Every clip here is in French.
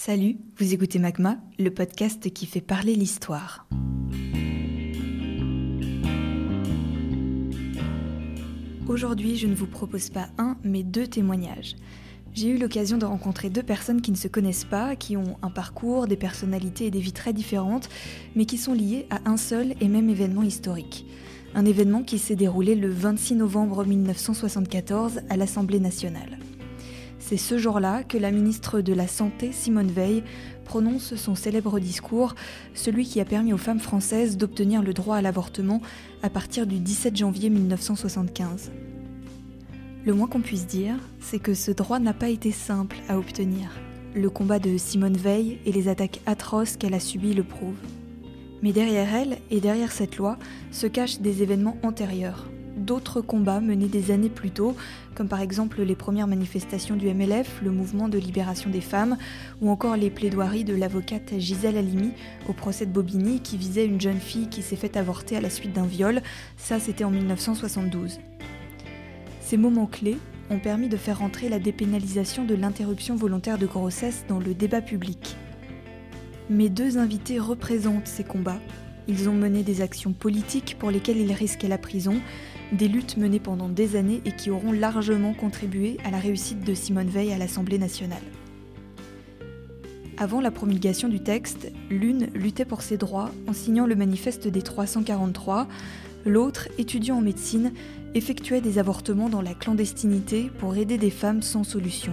Salut, vous écoutez Magma, le podcast qui fait parler l'histoire. Aujourd'hui, je ne vous propose pas un, mais deux témoignages. J'ai eu l'occasion de rencontrer deux personnes qui ne se connaissent pas, qui ont un parcours, des personnalités et des vies très différentes, mais qui sont liées à un seul et même événement historique. Un événement qui s'est déroulé le 26 novembre 1974 à l'Assemblée nationale. C'est ce jour-là que la ministre de la Santé, Simone Veil, prononce son célèbre discours, celui qui a permis aux femmes françaises d'obtenir le droit à l'avortement à partir du 17 janvier 1975. Le moins qu'on puisse dire, c'est que ce droit n'a pas été simple à obtenir. Le combat de Simone Veil et les attaques atroces qu'elle a subies le prouvent. Mais derrière elle et derrière cette loi se cachent des événements antérieurs. D'autres combats menés des années plus tôt, comme par exemple les premières manifestations du MLF, le mouvement de libération des femmes, ou encore les plaidoiries de l'avocate Gisèle Halimi au procès de Bobigny qui visait une jeune fille qui s'est fait avorter à la suite d'un viol. Ça, c'était en 1972. Ces moments clés ont permis de faire entrer la dépénalisation de l'interruption volontaire de grossesse dans le débat public. Mes deux invités représentent ces combats. Ils ont mené des actions politiques pour lesquelles ils risquaient la prison, des luttes menées pendant des années et qui auront largement contribué à la réussite de Simone Veil à l'Assemblée nationale. Avant la promulgation du texte, l'une luttait pour ses droits en signant le manifeste des 343, l'autre, étudiant en médecine, effectuait des avortements dans la clandestinité pour aider des femmes sans solution.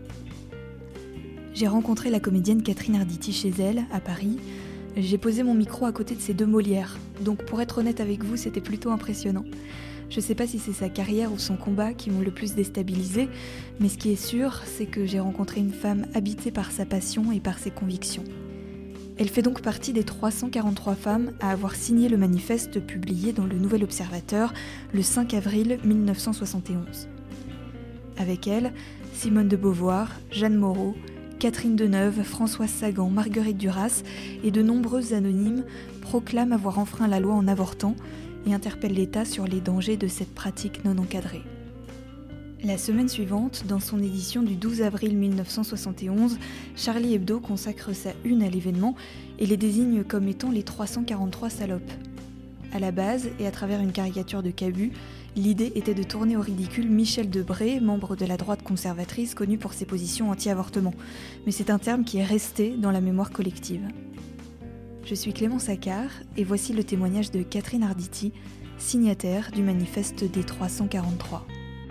J'ai rencontré la comédienne Catherine Arditi chez elle, à Paris. J'ai posé mon micro à côté de ces deux Molières, donc pour être honnête avec vous, c'était plutôt impressionnant. Je sais pas si c'est sa carrière ou son combat qui m'ont le plus déstabilisée, mais ce qui est sûr, c'est que j'ai rencontré une femme habitée par sa passion et par ses convictions. Elle fait donc partie des 343 femmes à avoir signé le manifeste publié dans le Nouvel Observateur le 5 avril 1971. Avec elle, Simone de Beauvoir, Jeanne Moreau, Catherine Deneuve, Françoise Sagan, Marguerite Duras et de nombreux anonymes proclament avoir enfreint la loi en avortant et interpellent l'État sur les dangers de cette pratique non encadrée. La semaine suivante, dans son édition du 12 avril 1971, Charlie Hebdo consacre sa une à l'événement et les désigne comme étant les 343 salopes. À la base, et à travers une caricature de Cabu, l'idée était de tourner au ridicule Michel Debré, membre de la droite conservatrice connu pour ses positions anti-avortement. Mais c'est un terme qui est resté dans la mémoire collective. Je suis Clémence Accard et voici le témoignage de Catherine Arditi, signataire du manifeste des 343.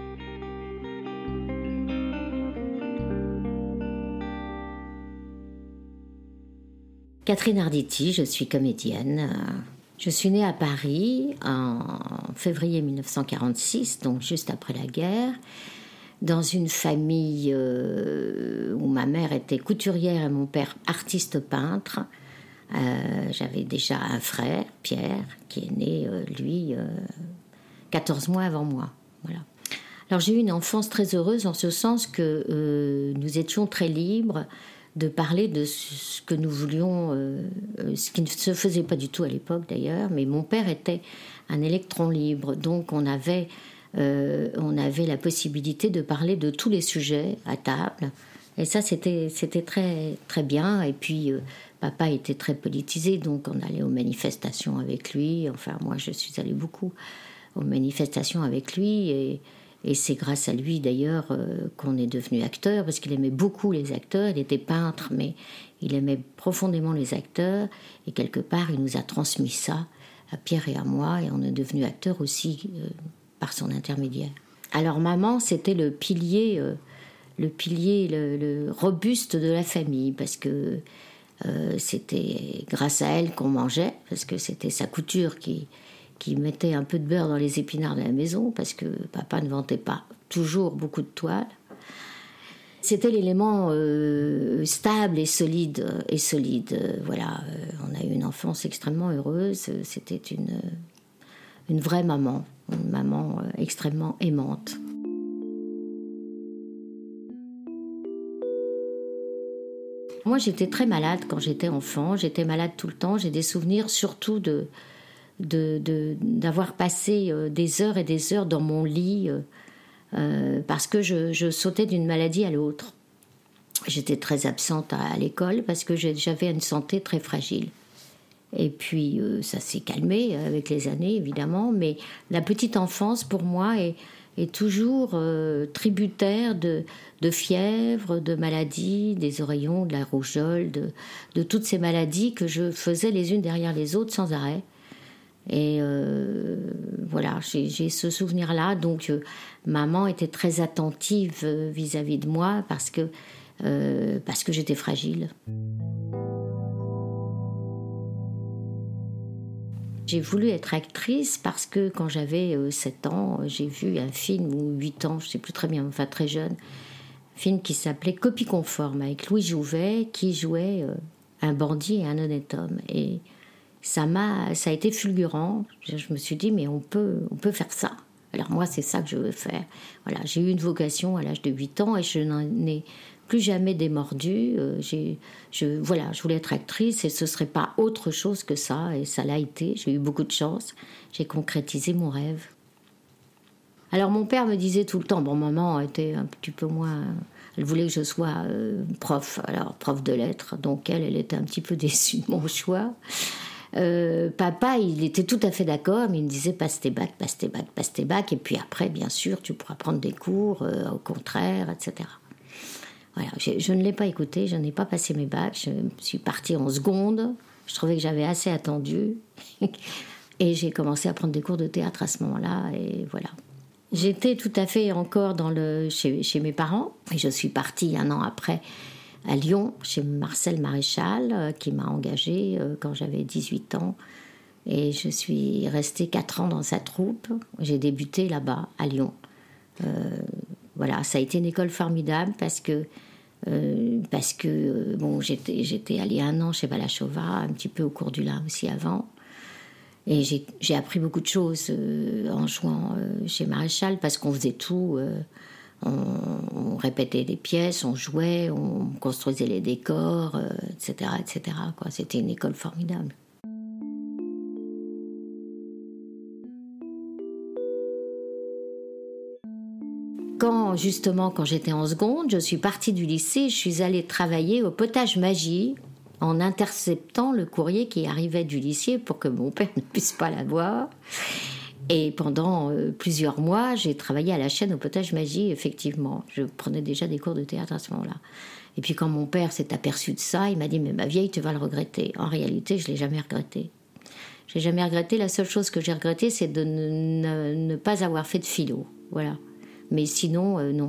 Catherine Arditi, je suis comédienne. Je suis née à Paris en février 1946, donc juste après la guerre, dans une famille où ma mère était couturière et mon père artiste peintre. J'avais déjà un frère, Pierre, qui est né, 14 mois avant moi. Voilà. Alors j'ai eu une enfance très heureuse en ce sens que nous étions très libres de parler de ce que nous voulions, ce qui ne se faisait pas du tout à l'époque d'ailleurs, mais mon père était un électron libre, donc on avait la possibilité de parler de tous les sujets à table, et ça c'était très, très bien, et puis papa était très politisé, donc on allait aux manifestations avec lui, enfin moi je suis allée beaucoup aux manifestations avec lui, et c'est grâce à lui d'ailleurs qu'on est devenu acteur, parce qu'il aimait beaucoup les acteurs, il était peintre, mais il aimait profondément les acteurs, et quelque part il nous a transmis ça, à Pierre et à moi, et on est devenu acteurs aussi par son intermédiaire. Alors maman, c'était le pilier le robuste de la famille, parce que c'était grâce à elle qu'on mangeait, parce que c'était sa couture qui mettait un peu de beurre dans les épinards de la maison, parce que papa ne vendait pas toujours beaucoup de toiles. C'était l'élément stable et solide. Voilà, on a eu une enfance extrêmement heureuse. C'était une vraie maman, une maman extrêmement aimante. Moi, j'étais très malade quand j'étais enfant. J'étais malade tout le temps. J'ai des souvenirs surtout d'avoir passé des heures et des heures dans mon lit parce que je sautais d'une maladie à l'autre. J'étais très absente à l'école parce que j'avais une santé très fragile. Et puis, ça s'est calmé avec les années, évidemment. Mais la petite enfance, pour moi, est toujours tributaire de fièvre, de maladies, des oreillons, de la rougeole, de toutes ces maladies que je faisais les unes derrière les autres sans arrêt. Et voilà, j'ai ce souvenir-là. Donc, maman était très attentive vis-à-vis de moi parce que j'étais fragile. J'ai voulu être actrice parce que quand j'avais 7 ans, j'ai vu un film, ou 8 ans, je ne sais plus très bien, enfin très jeune, un film qui s'appelait Copie conforme, avec Louis Jouvet, qui jouait un bandit et un honnête homme. Et ça a été fulgurant. Je me suis dit, mais on peut faire ça. Alors moi, c'est ça que je veux faire. Voilà, j'ai eu une vocation à l'âge de 8 ans et je n'en ai plus jamais démordu. Je voulais être actrice et ce ne serait pas autre chose que ça. Et ça l'a été. J'ai eu beaucoup de chance. J'ai concrétisé mon rêve. Alors mon père me disait tout le temps, bon, maman était un petit peu moins... Elle voulait que je sois prof, alors prof de lettres. Donc elle était un petit peu déçue de mon choix. Papa, il était tout à fait d'accord, mais il me disait passe tes bacs. Et puis après, bien sûr, tu pourras prendre des cours, au contraire, etc. Voilà, je ne l'ai pas écouté, je n'ai pas passé mes bacs, je suis partie en seconde. Je trouvais que j'avais assez attendu. Et j'ai commencé à prendre des cours de théâtre à ce moment-là, et voilà. J'étais tout à fait encore chez mes parents, et je suis partie 1 an après à Lyon, chez Marcel Maréchal, qui m'a engagée quand j'avais 18 ans. Et je suis restée 4 ans dans sa troupe. J'ai débuté là-bas, à Lyon. Voilà, ça a été une école formidable parce que bon, j'étais allée 1 an chez Balachova, un petit peu au cours du Lin aussi avant. Et j'ai appris beaucoup de choses en jouant chez Maréchal parce qu'on faisait tout. On répétait des pièces, on jouait, on construisait les décors, etc., etc., quoi. C'était une école formidable. Quand j'étais en seconde, je suis partie du lycée, je suis allée travailler au Potage Magie en interceptant le courrier qui arrivait du lycée pour que mon père ne puisse pas l'avoir. Et pendant plusieurs mois, j'ai travaillé à la chaîne au Potage Magie, effectivement. Je prenais déjà des cours de théâtre à ce moment-là. Et puis quand mon père s'est aperçu de ça, il m'a dit « Mais ma vieille, tu vas le regretter ». En réalité, je ne l'ai jamais regretté. Je l'ai jamais regretté. La seule chose que j'ai regrettée, c'est de ne pas avoir fait de philo. Voilà. Mais sinon, non.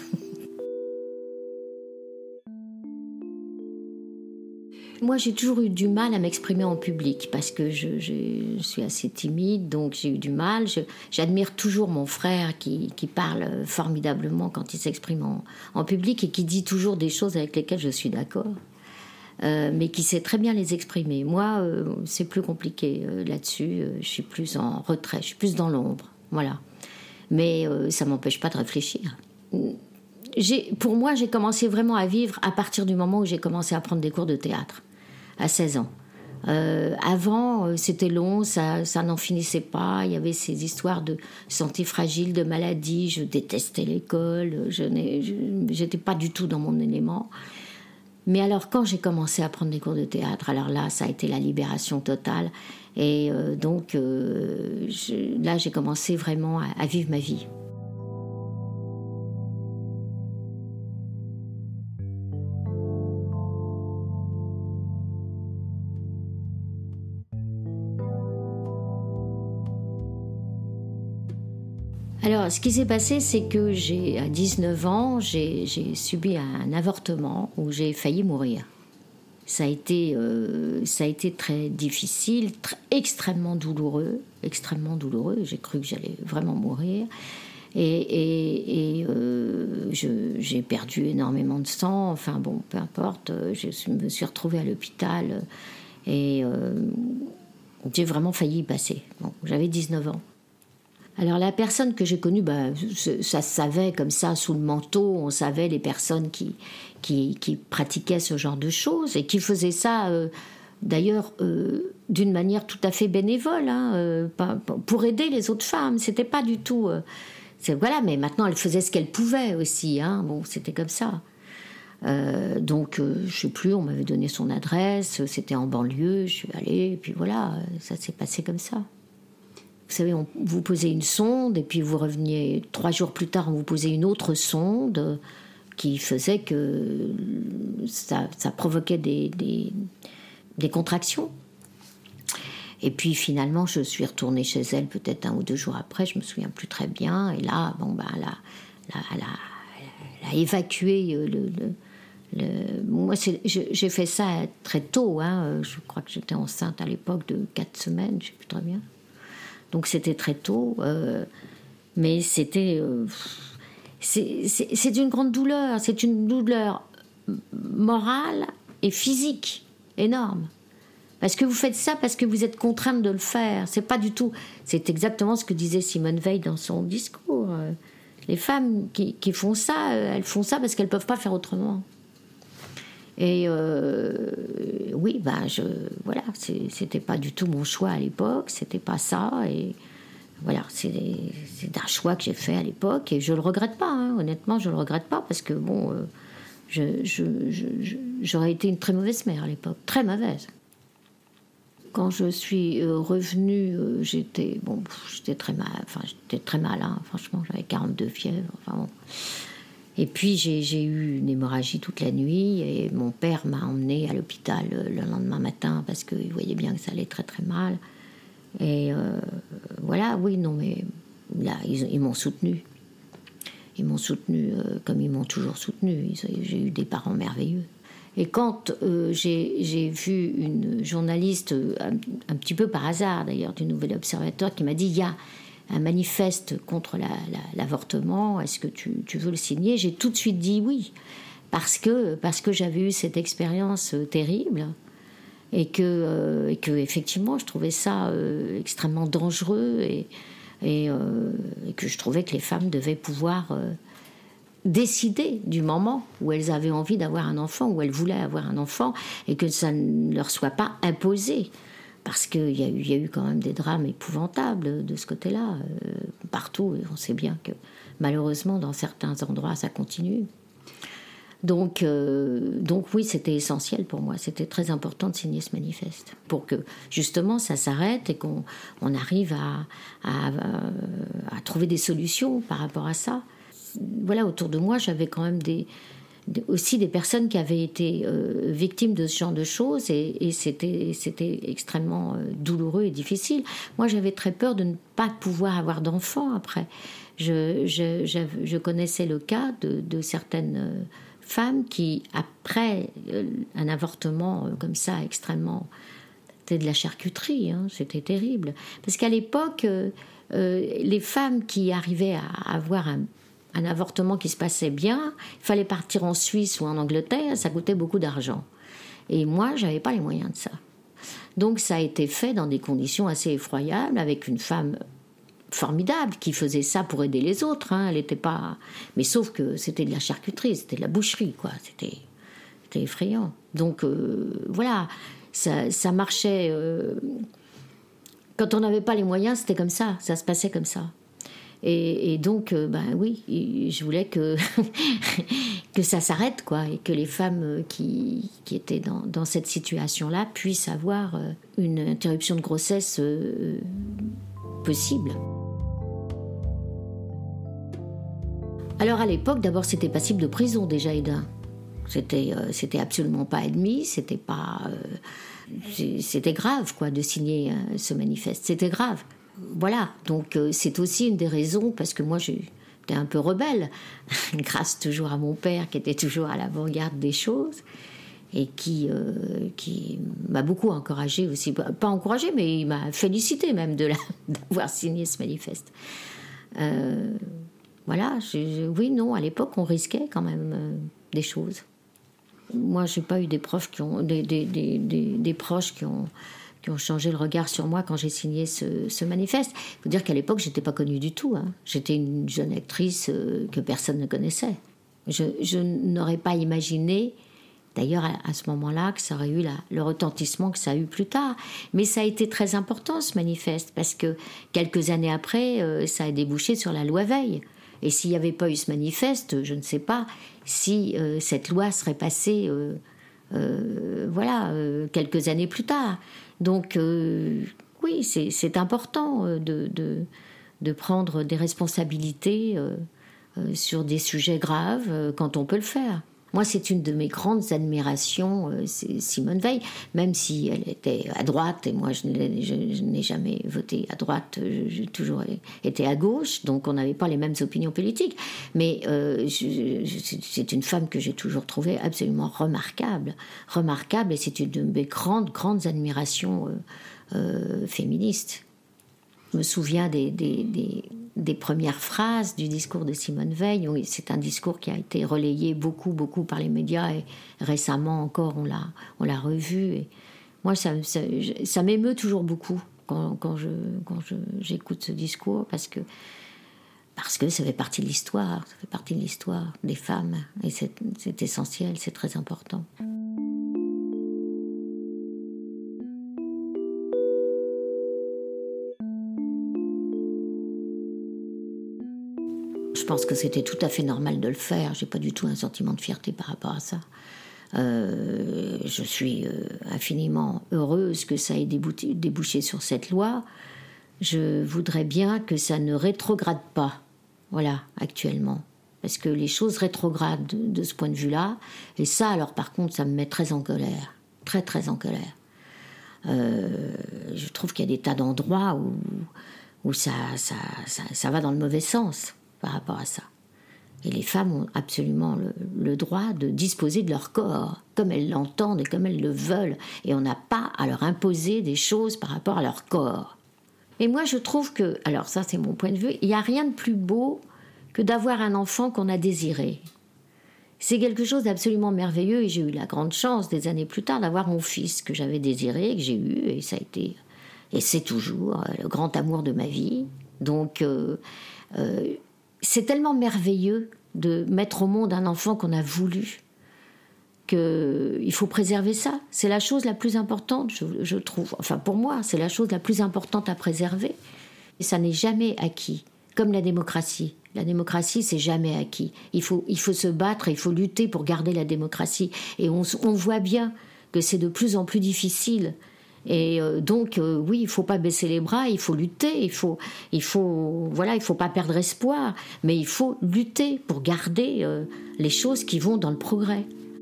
Moi, j'ai toujours eu du mal à m'exprimer en public parce que je suis assez timide, donc j'ai eu du mal. J'admire toujours mon frère qui parle formidablement quand il s'exprime en public et qui dit toujours des choses avec lesquelles je suis d'accord, mais qui sait très bien les exprimer. Moi, c'est plus compliqué là-dessus. Je suis plus en retrait, je suis plus dans l'ombre. Voilà. Mais ça ne m'empêche pas de réfléchir. Pour moi, j'ai commencé vraiment à vivre à partir du moment où j'ai commencé à prendre des cours de théâtre, à 16 ans. Avant, c'était long, ça n'en finissait pas. Il y avait ces histoires de santé fragile, de maladie. Je détestais l'école. Je n'étais pas du tout dans mon élément. Mais alors, quand j'ai commencé à prendre des cours de théâtre, alors là, ça a été la libération totale. Et donc, là, j'ai commencé vraiment à vivre ma vie. Alors, ce qui s'est passé, c'est que à 19 ans, j'ai subi un avortement où j'ai failli mourir. Ça a été très difficile, extrêmement douloureux. J'ai cru que j'allais vraiment mourir. Et j'ai perdu énormément de sang. Enfin bon, peu importe. Je me suis retrouvée à l'hôpital et j'ai vraiment failli y passer. Bon, j'avais 19 ans. Alors la personne que j'ai connue, ça se savait comme ça, sous le manteau, on savait les personnes qui pratiquaient ce genre de choses et qui faisaient ça, d'ailleurs, d'une manière tout à fait bénévole, pour aider les autres femmes. C'était pas du tout... voilà, mais maintenant, elle faisait ce qu'elle pouvait aussi, bon, c'était comme ça. Donc, je sais plus, on m'avait donné son adresse, c'était en banlieue, je suis allée, et puis voilà, ça s'est passé comme ça. Vous savez, vous posez une sonde, et puis vous reveniez 3 jours plus tard, on vous posait une autre sonde qui faisait que ça provoquait des contractions. Et puis finalement, je suis retournée chez elle peut-être 1 ou 2 jours après, je me souviens plus très bien, et là, elle a évacué moi, j'ai fait ça très tôt, hein. Je crois que j'étais enceinte à l'époque de 4 semaines, je ne sais plus très bien. Donc c'était très tôt, mais c'était... c'est une grande douleur, c'est une douleur morale et physique énorme. Parce que vous faites ça parce que vous êtes contrainte de le faire. C'est pas du tout... C'est exactement ce que disait Simone Veil dans son discours. Les femmes qui font ça, elles font ça parce qu'elles peuvent pas faire autrement. Et oui, voilà, c'était pas du tout mon choix à l'époque, c'était pas ça, et voilà, c'est un choix que j'ai fait à l'époque, et je le regrette pas, hein, honnêtement, je le regrette pas, parce que bon, j'aurais été une très mauvaise mère à l'époque, très mauvaise. Quand je suis revenue, j'étais très mal, hein, franchement, j'avais 42 fièvres, enfin bon. Et puis j'ai eu une hémorragie toute la nuit, et mon père m'a emmenée à l'hôpital le lendemain matin parce qu'il voyait bien que ça allait très très mal. Et voilà, oui, non, mais là, ils m'ont soutenue. Ils m'ont soutenue comme ils m'ont toujours soutenue. J'ai eu des parents merveilleux. Et quand j'ai vu une journaliste, un petit peu par hasard d'ailleurs, du Nouvel Observateur, qui m'a dit « Il y a un manifeste contre l'avortement, est-ce que tu veux le signer ?» J'ai tout de suite dit oui, parce que j'avais eu cette expérience terrible, et que effectivement je trouvais ça extrêmement dangereux, et que je trouvais que les femmes devaient pouvoir décider du moment où elles avaient envie d'avoir un enfant, où elles voulaient avoir un enfant, et que ça ne leur soit pas imposé. Parce qu'il y a eu quand même des drames épouvantables de ce côté-là, partout, et on sait bien que malheureusement dans certains endroits ça continue. Donc oui, c'était essentiel pour moi, c'était très important de signer ce manifeste, pour que justement ça s'arrête et qu'on arrive à trouver des solutions par rapport à ça. Voilà, autour de moi j'avais quand même aussi des personnes qui avaient été victimes de ce genre de choses, et c'était extrêmement douloureux et difficile. Moi, j'avais très peur de ne pas pouvoir avoir d'enfants après. Je connaissais le cas de certaines femmes qui, après un avortement comme ça, extrêmement... C'était de la charcuterie, hein, c'était terrible. Parce qu'à l'époque, les femmes qui arrivaient à avoir un avortement qui se passait bien, il fallait partir en Suisse ou en Angleterre, ça coûtait beaucoup d'argent. Et moi, j'avais pas les moyens de ça. Donc ça a été fait dans des conditions assez effroyables, avec une femme formidable qui faisait ça pour aider les autres, hein. Elle n'était pas... Mais sauf que c'était de la charcuterie, c'était de la boucherie, quoi. C'était effrayant. Donc voilà, ça marchait... Quand on n'avait pas les moyens, c'était comme ça se passait comme ça. Et donc, oui, je voulais que ça s'arrête, quoi, et que les femmes qui étaient dans cette situation-là puissent avoir une interruption de grossesse possible. Alors à l'époque, d'abord, c'était passible de prison déjà, Hédin. C'était absolument pas admis, c'était grave, quoi, de signer ce manifeste. C'était grave. Voilà, donc c'est aussi une des raisons, parce que moi j'étais un peu rebelle, grâce toujours à mon père qui était toujours à l'avant-garde des choses, et qui m'a beaucoup encouragée aussi, pas encouragée, mais il m'a félicité même d'avoir signé ce manifeste. Voilà, oui, non, à l'époque on risquait quand même des choses. Moi j'ai pas eu des profs des proches qui ont changé le regard sur moi quand j'ai signé ce manifeste. Il faut dire qu'à l'époque, je n'étais pas connue du tout, hein. J'étais une jeune actrice que personne ne connaissait. Je n'aurais pas imaginé, d'ailleurs, à ce moment-là, que ça aurait eu le retentissement que ça a eu plus tard. Mais ça a été très important, ce manifeste, parce que quelques années après, ça a débouché sur la loi Veil. Et s'il n'y avait pas eu ce manifeste, je ne sais pas si cette loi serait passée quelques années plus tard. Donc oui, c'est important de prendre des responsabilités sur des sujets graves quand on peut le faire. Moi, c'est une de mes grandes admirations, c'est Simone Veil, même si elle était à droite, et moi, je n'ai jamais voté à droite, j'ai toujours été à gauche, donc on n'avait pas les mêmes opinions politiques. Mais c'est une femme que j'ai toujours trouvée absolument remarquable, et c'est une de mes grandes admirations féministes. Je me souviens des premières phrases du discours de Simone Veil. Oui, c'est un discours qui a été relayé beaucoup par les médias, et récemment encore on l'a revu. Et moi, ça m'émeut toujours beaucoup quand j'écoute ce discours, parce que ça fait partie de l'histoire, des femmes, et c'est essentiel, c'est très important. Je pense que c'était tout à fait normal de le faire. J'ai pas du tout un sentiment de fierté par rapport à ça. Je suis infiniment heureuse que ça ait débouché sur cette loi. Je voudrais bien que ça ne rétrograde pas, voilà, actuellement. Parce que les choses rétrogradent de ce point de vue-là. Et ça, alors par contre, ça me met très en colère. Très en colère. Je trouve qu'il y a des tas d'endroits où ça va dans le mauvais sens par rapport à ça. Et les femmes ont absolument le droit de disposer de leur corps comme elles l'entendent et comme elles le veulent. Et on n'a pas à leur imposer des choses par rapport à leur corps. Et moi, je trouve que, alors ça c'est mon point de vue, il n'y a rien de plus beau que d'avoir un enfant qu'on a désiré. C'est quelque chose d'absolument merveilleux, et j'ai eu la grande chance des années plus tard d'avoir mon fils que j'avais désiré, que j'ai eu, et ça a été, et c'est toujours le grand amour de ma vie. Donc c'est tellement merveilleux de mettre au monde un enfant qu'on a voulu, qu'il faut préserver ça. C'est la chose la plus importante, je trouve. Enfin, pour moi, c'est la chose la plus importante à préserver. Et ça n'est jamais acquis, comme la démocratie. La démocratie, c'est jamais acquis. Il faut se battre, il faut lutter pour garder la démocratie. Et on voit bien que c'est de plus en plus difficile. Et donc, oui, il ne faut pas baisser les bras, il faut lutter, il faut pas perdre espoir, mais il faut lutter pour garder les choses qui vont dans le progrès.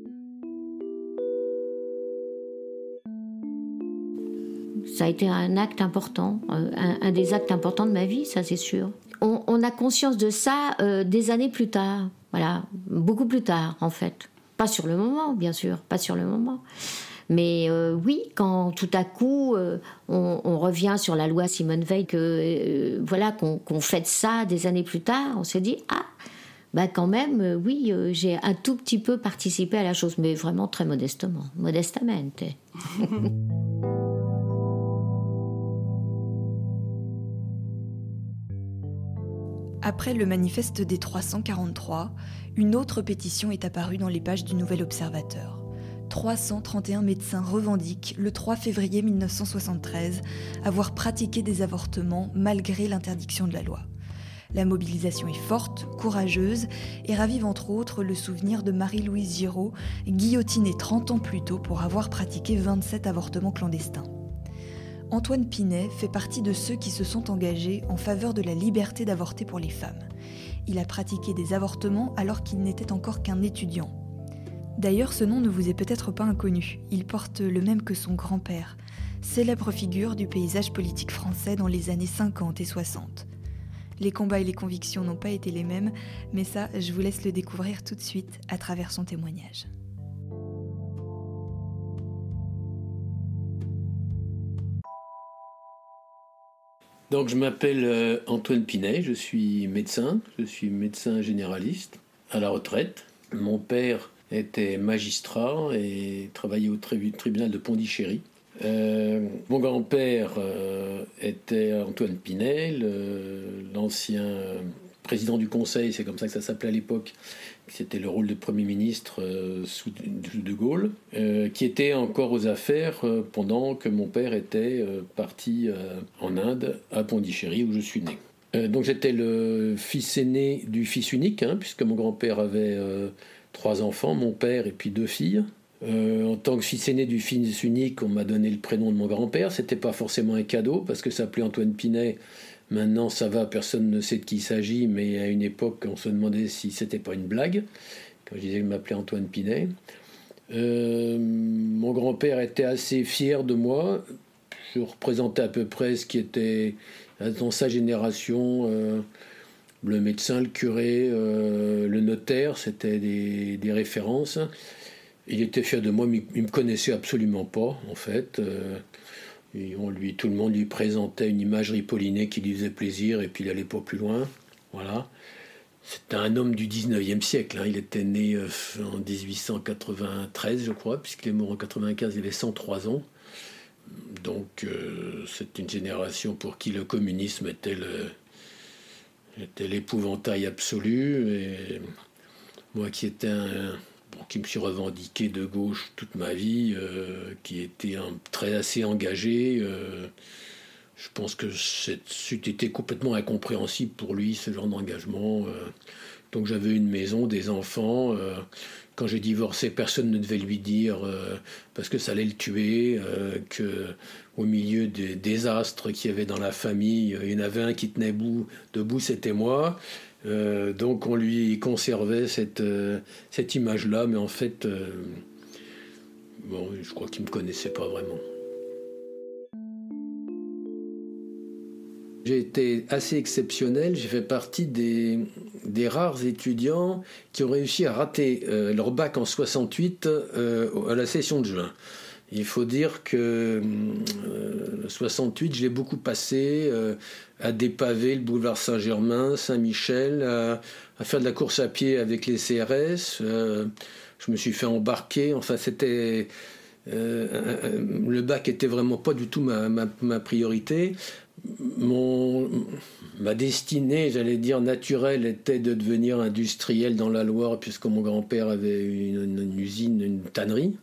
Ça a été un acte important, un des actes importants de ma vie, ça c'est sûr. On a conscience de ça des années plus tard, voilà, beaucoup plus tard en fait. Pas sur le moment, bien sûr, pas sur le moment. Mais oui, quand tout à coup on revient sur la loi Simone Veil, qu'on fête ça des années plus tard, on se dit quand même, oui, j'ai un tout petit peu participé à la chose, mais vraiment très modestamente. Après le manifeste des 343, une autre pétition est apparue dans les pages du Nouvel Observateur. 331 médecins revendiquent, le 3 février 1973, avoir pratiqué des avortements malgré l'interdiction de la loi. La mobilisation est forte, courageuse, et ravive entre autres le souvenir de Marie-Louise Giraud, guillotinée 30 ans plus tôt pour avoir pratiqué 27 avortements clandestins. Antoine Pinet fait partie de ceux qui se sont engagés en faveur de la liberté d'avorter pour les femmes. Il a pratiqué des avortements alors qu'il n'était encore qu'un étudiant. D'ailleurs, ce nom ne vous est peut-être pas inconnu. Il porte le même que son grand-père, célèbre figure du paysage politique français dans les années 50 et 60. Les combats et les convictions n'ont pas été les mêmes, mais ça, je vous laisse le découvrir tout de suite à travers son témoignage. Donc je m'appelle Antoine Pinet, je suis médecin généraliste à la retraite. Mon père était magistrat et travaillait au tribunal de Pondichéry. Mon grand-père était Antoine Pinet, l'ancien président du Conseil, c'est comme ça que ça s'appelait à l'époque. C'était le rôle de Premier ministre sous De Gaulle, qui était encore aux affaires pendant que mon père était parti en Inde, à Pondichéry, où je suis né. Donc j'étais le fils aîné du fils unique, puisque mon grand-père avait 3 enfants, mon père et puis 2 filles. En tant que fils aîné du fils unique, on m'a donné le prénom de mon grand-père. C'était pas forcément un cadeau, parce que ça s'appelait Antoine Pinet. Maintenant, ça va, personne ne sait de qui il s'agit, mais à une époque, on se demandait si c'était pas une blague, quand je disais qu'il m'appelait Antoine Pinet. Mon grand-père était assez fier de moi. Je représentais à peu près ce qui était dans sa génération, le médecin, le curé, le notaire, c'était des références. Il était fier de moi, mais il ne me connaissait absolument pas, en fait. Tout le monde lui présentait une imagerie Paulinet qui lui faisait plaisir, et puis il n'allait pas plus loin. Voilà. C'était un homme du 19e siècle. Il était né en 1893, je crois, puisqu'il est mort en 95, il avait 103 ans. Donc c'est une génération pour qui le communisme était l'épouvantail absolu. Et moi qui me suis revendiqué de gauche toute ma vie, qui était assez engagé, je pense que c'eût été complètement incompréhensible pour lui, ce genre d'engagement. Donc j'avais une maison, des enfants. Quand j'ai divorcé, personne ne devait lui dire, parce que ça allait le tuer, qu'au milieu des désastres qu'il y avait dans la famille, il y en avait un qui tenait debout, c'était moi. Donc on lui conservait cette image-là, mais en fait, je crois qu'il ne me connaissait pas vraiment. J'ai été assez exceptionnel, j'ai fait partie des rares étudiants qui ont réussi à rater leur bac en 68 à la session de juin. Il faut dire que 68, je l'ai beaucoup passé à dépaver le boulevard Saint-Germain, Saint-Michel, à faire de la course à pied avec les CRS. Je me suis fait embarquer. Enfin, c'était le bac était vraiment pas du tout ma priorité. Ma destinée, j'allais dire naturelle, était de devenir industriel dans la Loire, puisque mon grand-père avait une usine, une tannerie.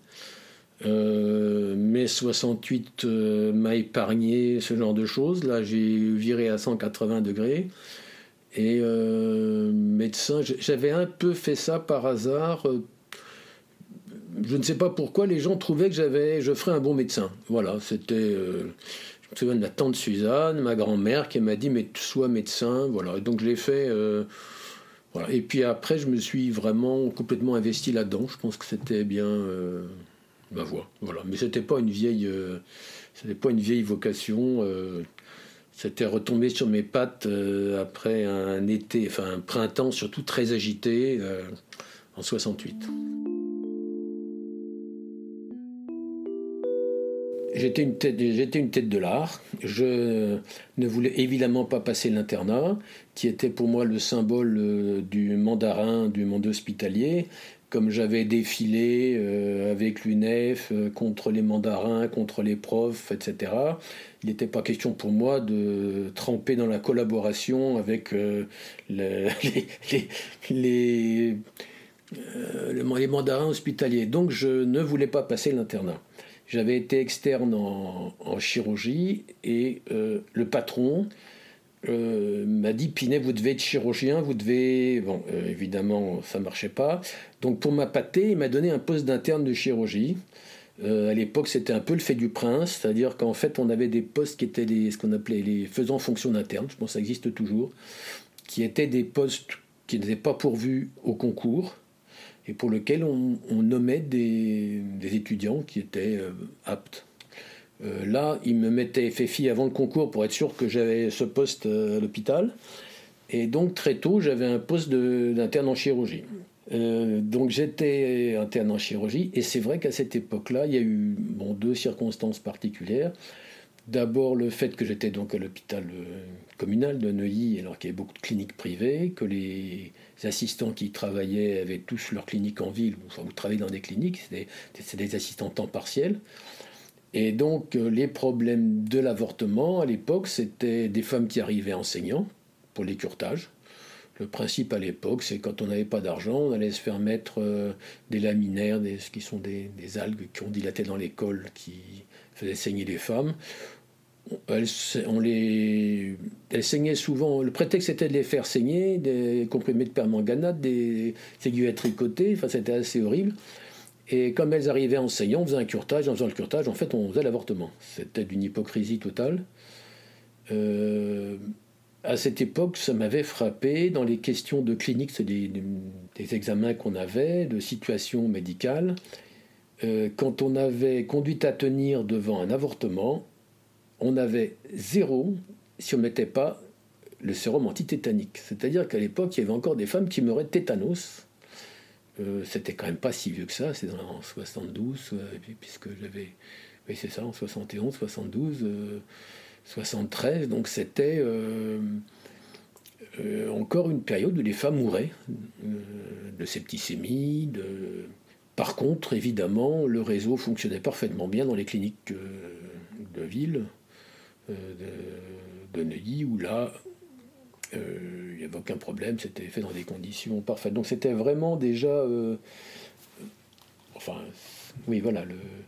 Mais 68 m'a épargné ce genre de choses. Là, j'ai viré à 180 degrés. Et médecin, j'avais un peu fait ça par hasard. Je ne sais pas pourquoi les gens trouvaient que je ferais un bon médecin. Voilà, c'était... je me souviens de ma tante Suzanne, ma grand-mère, qui m'a dit « mais sois médecin ». Voilà, donc je l'ai fait... voilà. Et puis après, je me suis vraiment complètement investi là-dedans. Je pense que c'était bien... ma voix, voilà. Mais c'était pas une vieille vocation. C'était retombé sur mes pattes après un été, enfin un printemps surtout très agité en 68. J'étais une tête de l'art. Je ne voulais évidemment pas passer l'internat, qui était pour moi le symbole du mandarin du monde hospitalier. Comme j'avais défilé avec l'UNEF contre les mandarins, contre les profs, etc., il n'était pas question pour moi de tremper dans la collaboration avec les mandarins hospitaliers. Donc je ne voulais pas passer l'internat. J'avais été externe en chirurgie et le patron m'a dit « Pinet, vous devez être chirurgien, vous devez... » Bon, évidemment, ça ne marchait pas. Donc pour m'appâter, il m'a donné un poste d'interne de chirurgie. À l'époque, c'était un peu le fait du prince, c'est-à-dire qu'en fait, on avait des postes qui étaient ce qu'on appelait les faisant fonction d'interne, je pense que ça existe toujours, qui étaient des postes qui n'étaient pas pourvus au concours et pour lesquels on nommait des étudiants qui étaient aptes. Là, il me mettait FFI avant le concours pour être sûr que j'avais ce poste à l'hôpital. Et donc, très tôt, j'avais un poste d'interne en chirurgie. Donc, j'étais interne en chirurgie. Et c'est vrai qu'à cette époque-là, il y a eu deux circonstances particulières. D'abord, le fait que j'étais donc à l'hôpital communal de Neuilly, alors qu'il y avait beaucoup de cliniques privées, que les assistants qui y travaillaient avaient tous leur clinique en ville, ou travaillaient dans des cliniques, c'était des assistants temps partiel. Et donc, les problèmes de l'avortement, à l'époque, c'était des femmes qui arrivaient enseignants pour les curetages. Le principe à l'époque, c'est quand on n'avait pas d'argent, on allait se faire mettre des laminaires, qui sont des algues qui ont dilaté dans les cols, qui faisaient saigner les femmes. elles saignaient souvent. Le prétexte était de les faire saigner, des comprimés de permanganate, des aiguillettes tricotées, enfin c'était assez horrible. Et comme elles arrivaient en saignant, on faisait un curetage, en faisant le curetage, en fait on faisait l'avortement. C'était d'une hypocrisie totale. À cette époque, ça m'avait frappé dans les questions de clinique, c'est des examens qu'on avait, de situation médicale. Quand on avait conduite à tenir devant un avortement, on avait 0 si on ne mettait pas le sérum antitétanique. C'est-à-dire qu'à l'époque, il y avait encore des femmes qui meuraient de tétanos. C'était quand même pas si vieux que ça, c'est en 72, puisque j'avais... Oui, c'est ça, en 71, 72, 73, donc c'était encore une période où les femmes mouraient de septicémie. Par contre, évidemment, le réseau fonctionnait parfaitement bien dans les cliniques de ville, de Neuilly, où là, il n'y avait aucun problème, c'était fait dans des conditions parfaites. Donc c'était vraiment déjà... oui, voilà,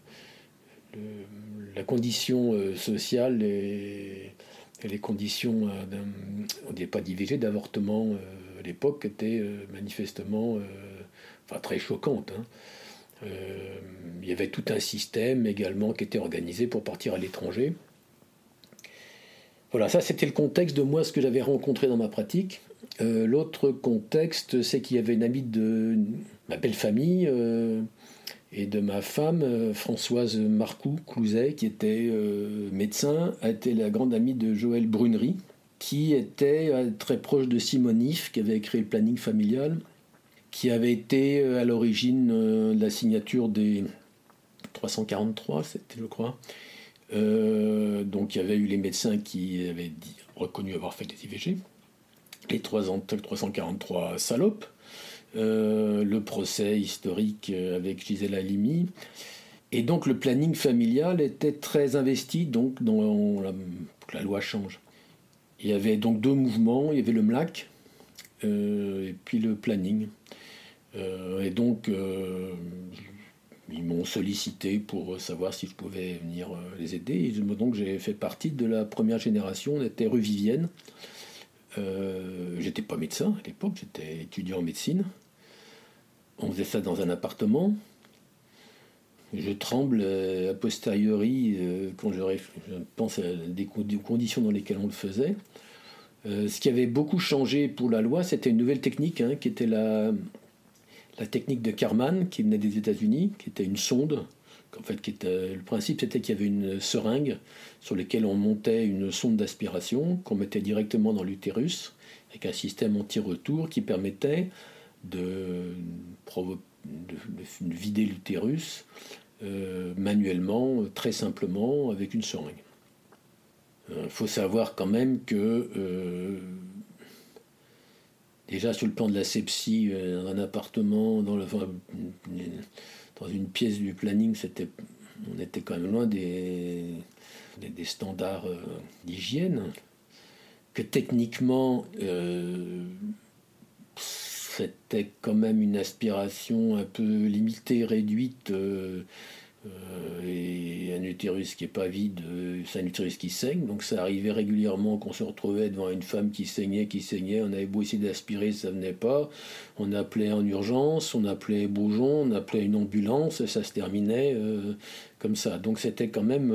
la condition sociale et les conditions, on n'est pas d'IVG, d'avortement à l'époque étaient manifestement très choquantes. Il y avait tout un système également qui était organisé pour partir à l'étranger. Voilà, ça c'était le contexte de moi, ce que j'avais rencontré dans ma pratique. L'autre contexte, c'est qu'il y avait une amie de ma belle famille et de ma femme, Françoise Marcoux-Clouzet, qui était médecin, a été la grande amie de Joël Brunery, qui était très proche de Simone If, qui avait créé le planning familial, qui avait été à l'origine de la signature des 343, c'était je crois. Donc il y avait eu les médecins qui avaient reconnu avoir fait des IVG, les 343 salopes, le procès historique avec Gisèle Halimi, et donc le planning familial était très investi donc pour que la loi change. Il y avait donc 2 mouvements, il y avait le MLAC et puis le planning. Et donc ils m'ont sollicité pour savoir si je pouvais venir les aider. Et donc j'ai fait partie de la première génération. On était rue Vivienne. J'étais pas médecin à l'époque, j'étais étudiant en médecine. On faisait ça dans un appartement. Je tremble a posteriori quand je pense des conditions dans lesquelles on le faisait. Ce qui avait beaucoup changé pour la loi, c'était une nouvelle technique qui était la technique de Karman, qui venait des États-Unis, qui était une sonde. Le principe, c'était qu'il y avait une seringue sur laquelle on montait une sonde d'aspiration qu'on mettait directement dans l'utérus, avec un système anti-retour qui permettait de vider l'utérus manuellement, très simplement, avec une seringue. Il faut savoir quand même que déjà sur le plan de l'asepsie, dans un appartement, dans une pièce du planning, on était quand même loin des standards d'hygiène. Que techniquement, c'était quand même une aspiration un peu limitée, réduite, et un utérus qui n'est pas vide, c'est un utérus qui saigne. Donc ça arrivait régulièrement qu'on se retrouvait devant une femme qui saignait. On avait beau essayer d'aspirer, ça ne venait pas. On appelait en urgence, on appelait Beaujon, on appelait une ambulance, et ça se terminait comme ça. Donc c'était quand même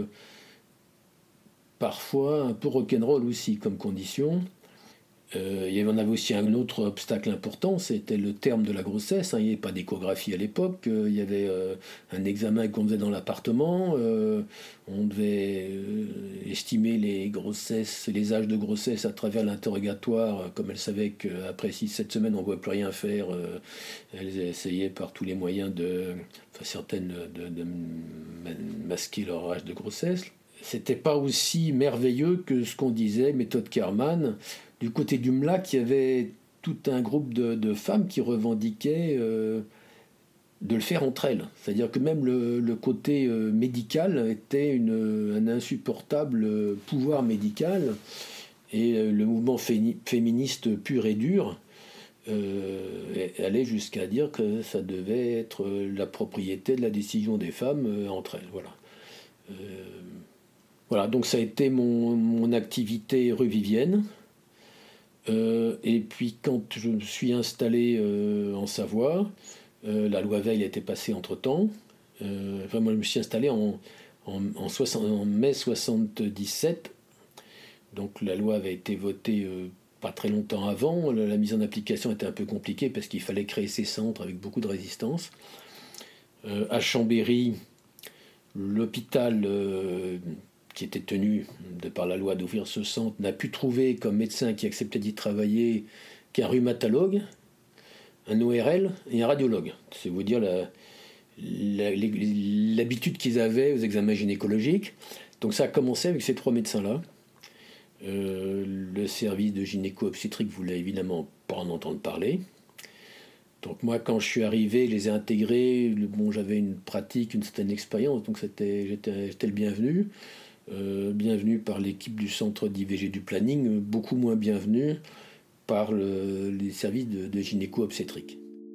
parfois un peu rock'n'roll aussi comme condition. Il y en avait aussi un autre obstacle important, c'était le terme de la grossesse. Il n'y avait pas d'échographie à l'époque, il y avait un examen qu'on faisait dans l'appartement, on devait estimer les âges de grossesse à travers l'interrogatoire. Comme elles savaient qu'après 6-7 semaines on ne pouvait plus rien faire, elles essayaient par tous les moyens certaines de masquer leur âge de grossesse. C'était pas aussi merveilleux que ce qu'on disait, méthode Karman. Du côté du MLAC, il y avait tout un groupe de femmes qui revendiquaient de le faire entre elles. C'est-à-dire que même le côté médical était un insupportable pouvoir médical. Et le mouvement féministe pur et dur allait jusqu'à dire que ça devait être la propriété de la décision des femmes entre elles. Voilà. Voilà, donc ça a été mon activité rue Vivienne. Et puis quand je me suis installé en Savoie, la loi Veil a été passée entre-temps. Moi je me suis installé en mai 77. Donc la loi avait été votée pas très longtemps avant. La mise en application était un peu compliquée parce qu'il fallait créer ces centres avec beaucoup de résistance. À Chambéry, l'hôpital qui était tenu de par la loi d'ouvrir ce centre n'a pu trouver comme médecin qui acceptait d'y travailler qu'un rhumatologue, un ORL et un radiologue. C'est vous dire l'habitude qu'ils avaient aux examens gynécologiques. Donc ça a commencé avec ces 3 médecins-là. Le service de gynéco-obstétrique voulait évidemment pas en entendre parler. Donc moi, quand je suis arrivé, je les ai intégrés. J'avais une pratique, une certaine expérience, donc j'étais le bienvenu. Bienvenu par l'équipe du centre d'IVG du planning, beaucoup moins bienvenu par les services de gynéco-obstétrique.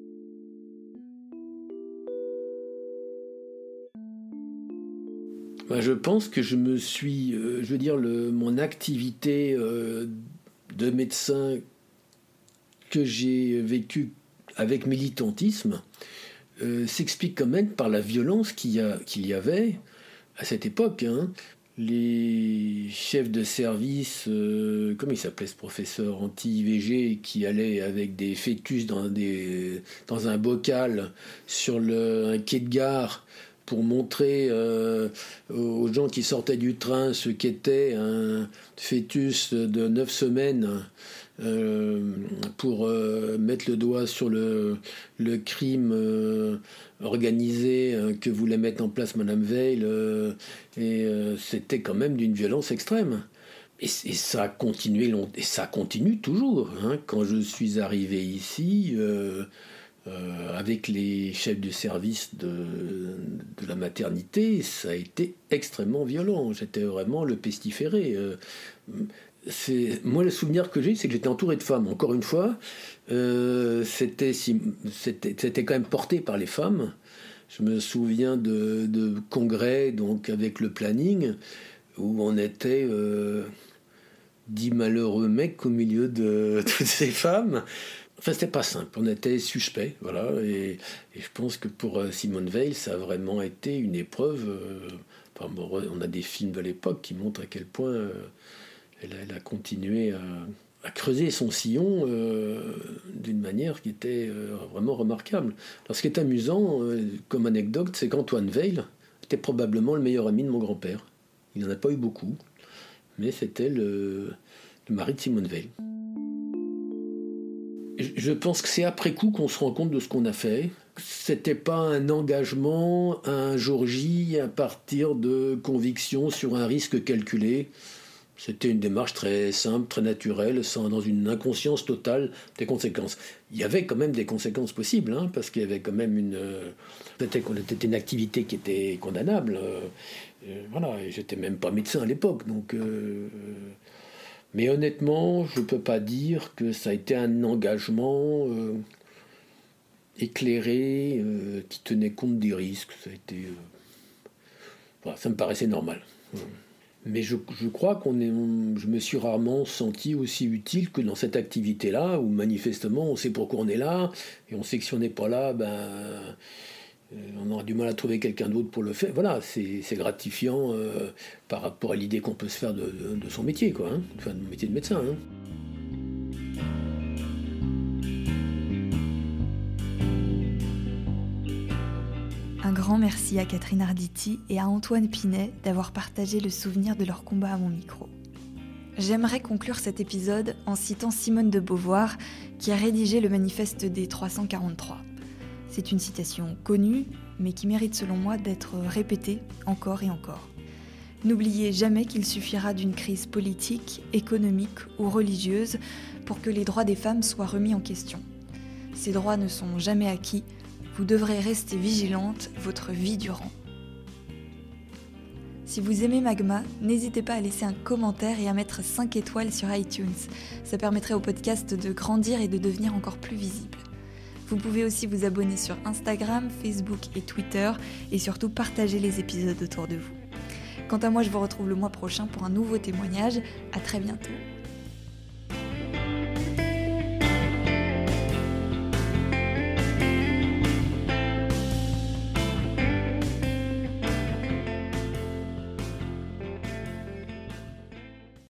Je pense que je me suis, mon activité de médecin que j'ai vécue avec militantisme s'explique quand même par la violence qu'il y avait à cette époque. Les chefs de service, comment il s'appelait ce professeur anti-IVG qui allait avec des fœtus dans un bocal sur un quai de gare pour montrer aux gens qui sortaient du train ce qu'était un fœtus de 9 semaines pour mettre le doigt sur le crime organisé que voulait mettre en place Madame Veil, c'était quand même d'une violence extrême. Et ça a continué et ça continue toujours. Quand je suis arrivé ici, avec les chefs de service de la maternité, ça a été extrêmement violent. J'étais vraiment le pestiféré. Moi, le souvenir que j'ai, c'est que j'étais entouré de femmes. Encore une fois, c'était quand même porté par les femmes. Je me souviens de congrès, donc avec le planning, où on était 10 malheureux mecs au milieu de toutes ces femmes. Enfin, c'était pas simple, on était suspects, voilà, et je pense que pour Simone Veil, ça a vraiment été une épreuve. On a des films de l'époque qui montrent à quel point elle a continué à creuser son sillon d'une manière qui était vraiment remarquable. Alors, ce qui est amusant, comme anecdote, c'est qu'Antoine Veil était probablement le meilleur ami de mon grand-père. Il n'en a pas eu beaucoup, mais c'était le mari de Simone Veil. Je pense que c'est après coup qu'on se rend compte de ce qu'on a fait. C'était pas un engagement un jour J à partir de convictions sur un risque calculé. C'était une démarche très simple, très naturelle, dans une inconscience totale des conséquences. Il y avait quand même des conséquences possibles, parce qu'il y avait quand même c'était une activité qui était condamnable. Voilà, et j'étais même pas médecin à l'époque, donc. Mais honnêtement, je ne peux pas dire que ça a été un engagement éclairé qui tenait compte des risques. Ça a été, ça me paraissait normal. Mais je crois je me suis rarement senti aussi utile que dans cette activité-là, où manifestement on sait pourquoi on est là, et on sait que si on n'est pas là, on aura du mal à trouver quelqu'un d'autre pour le faire. Voilà, c'est gratifiant par rapport à l'idée qu'on peut se faire de son métier, quoi, enfin, de métier de médecin. Un grand merci à Catherine Arditi et à Antoine Pinet d'avoir partagé le souvenir de leur combat à mon micro. J'aimerais conclure cet épisode en citant Simone de Beauvoir, qui a rédigé le manifeste des 343. C'est une citation connue, mais qui mérite selon moi d'être répétée encore et encore. N'oubliez jamais qu'il suffira d'une crise politique, économique ou religieuse pour que les droits des femmes soient remis en question. Ces droits ne sont jamais acquis, vous devrez rester vigilante votre vie durant. Si vous aimez Magma, n'hésitez pas à laisser un commentaire et à mettre 5 étoiles sur iTunes. Ça permettrait au podcast de grandir et de devenir encore plus visible. Vous pouvez aussi vous abonner sur Instagram, Facebook et Twitter et surtout partager les épisodes autour de vous. Quant à moi, je vous retrouve le mois prochain pour un nouveau témoignage. À très bientôt.